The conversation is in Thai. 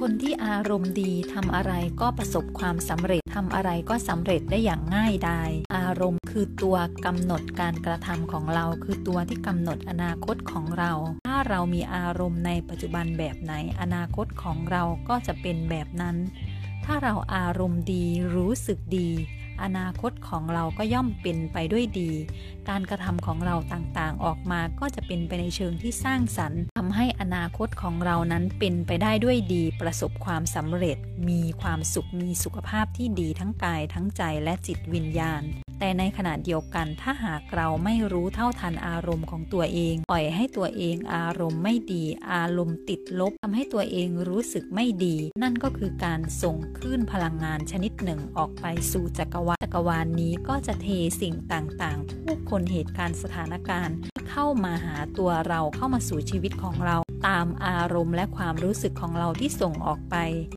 คนที่อารมณ์ดีทำอะไรก็ประสบความสำเร็จทำอะไรก็สำเร็จได้อย่างง่ายดายอารมณ์คือตัวกำหนดการกระทำของเราคือตัวที่กำหนดอนาคตของเราถ้าเรามีอารมณ์ในปัจจุบันแบบไหนอนาคตของเราก็จะเป็นแบบนั้นถ้าเราอารมณ์ดีรู้สึกดีอนาคตของเราก็ย่อมเป็นไปด้วยดีการกระทำของเราต่างๆออกมาก็จะเป็นไปในเชิงที่สร้างสรรค์ทำให้อนาคตของเรานั้นเป็นไปได้ด้วยดีประสบความสำเร็จมีความสุขมีสุขภาพที่ดีทั้งกายทั้งใจและจิตวิญญาณแต่ในขณะเดียวกันถ้าหากเราไม่รู้เท่าทันอารมณ์ของตัวเองปล่อยให้ตัวเองอารมณ์ไม่ดีอารมณ์ติดลบทำให้ตัวเองรู้สึกไม่ดีนั่นก็คือการส่งคลื่นพลังงานชนิดหนึ่งออกไปสู่จักรวาลนี้ก็จะเทสิ่งต่างๆผู้คนเหตุการณ์สถานการณ์เข้ามาหาตัวเราเข้ามาสู่ชีวิตของเราตามอารมณ์และความรู้สึกของเราที่ส่งออกไป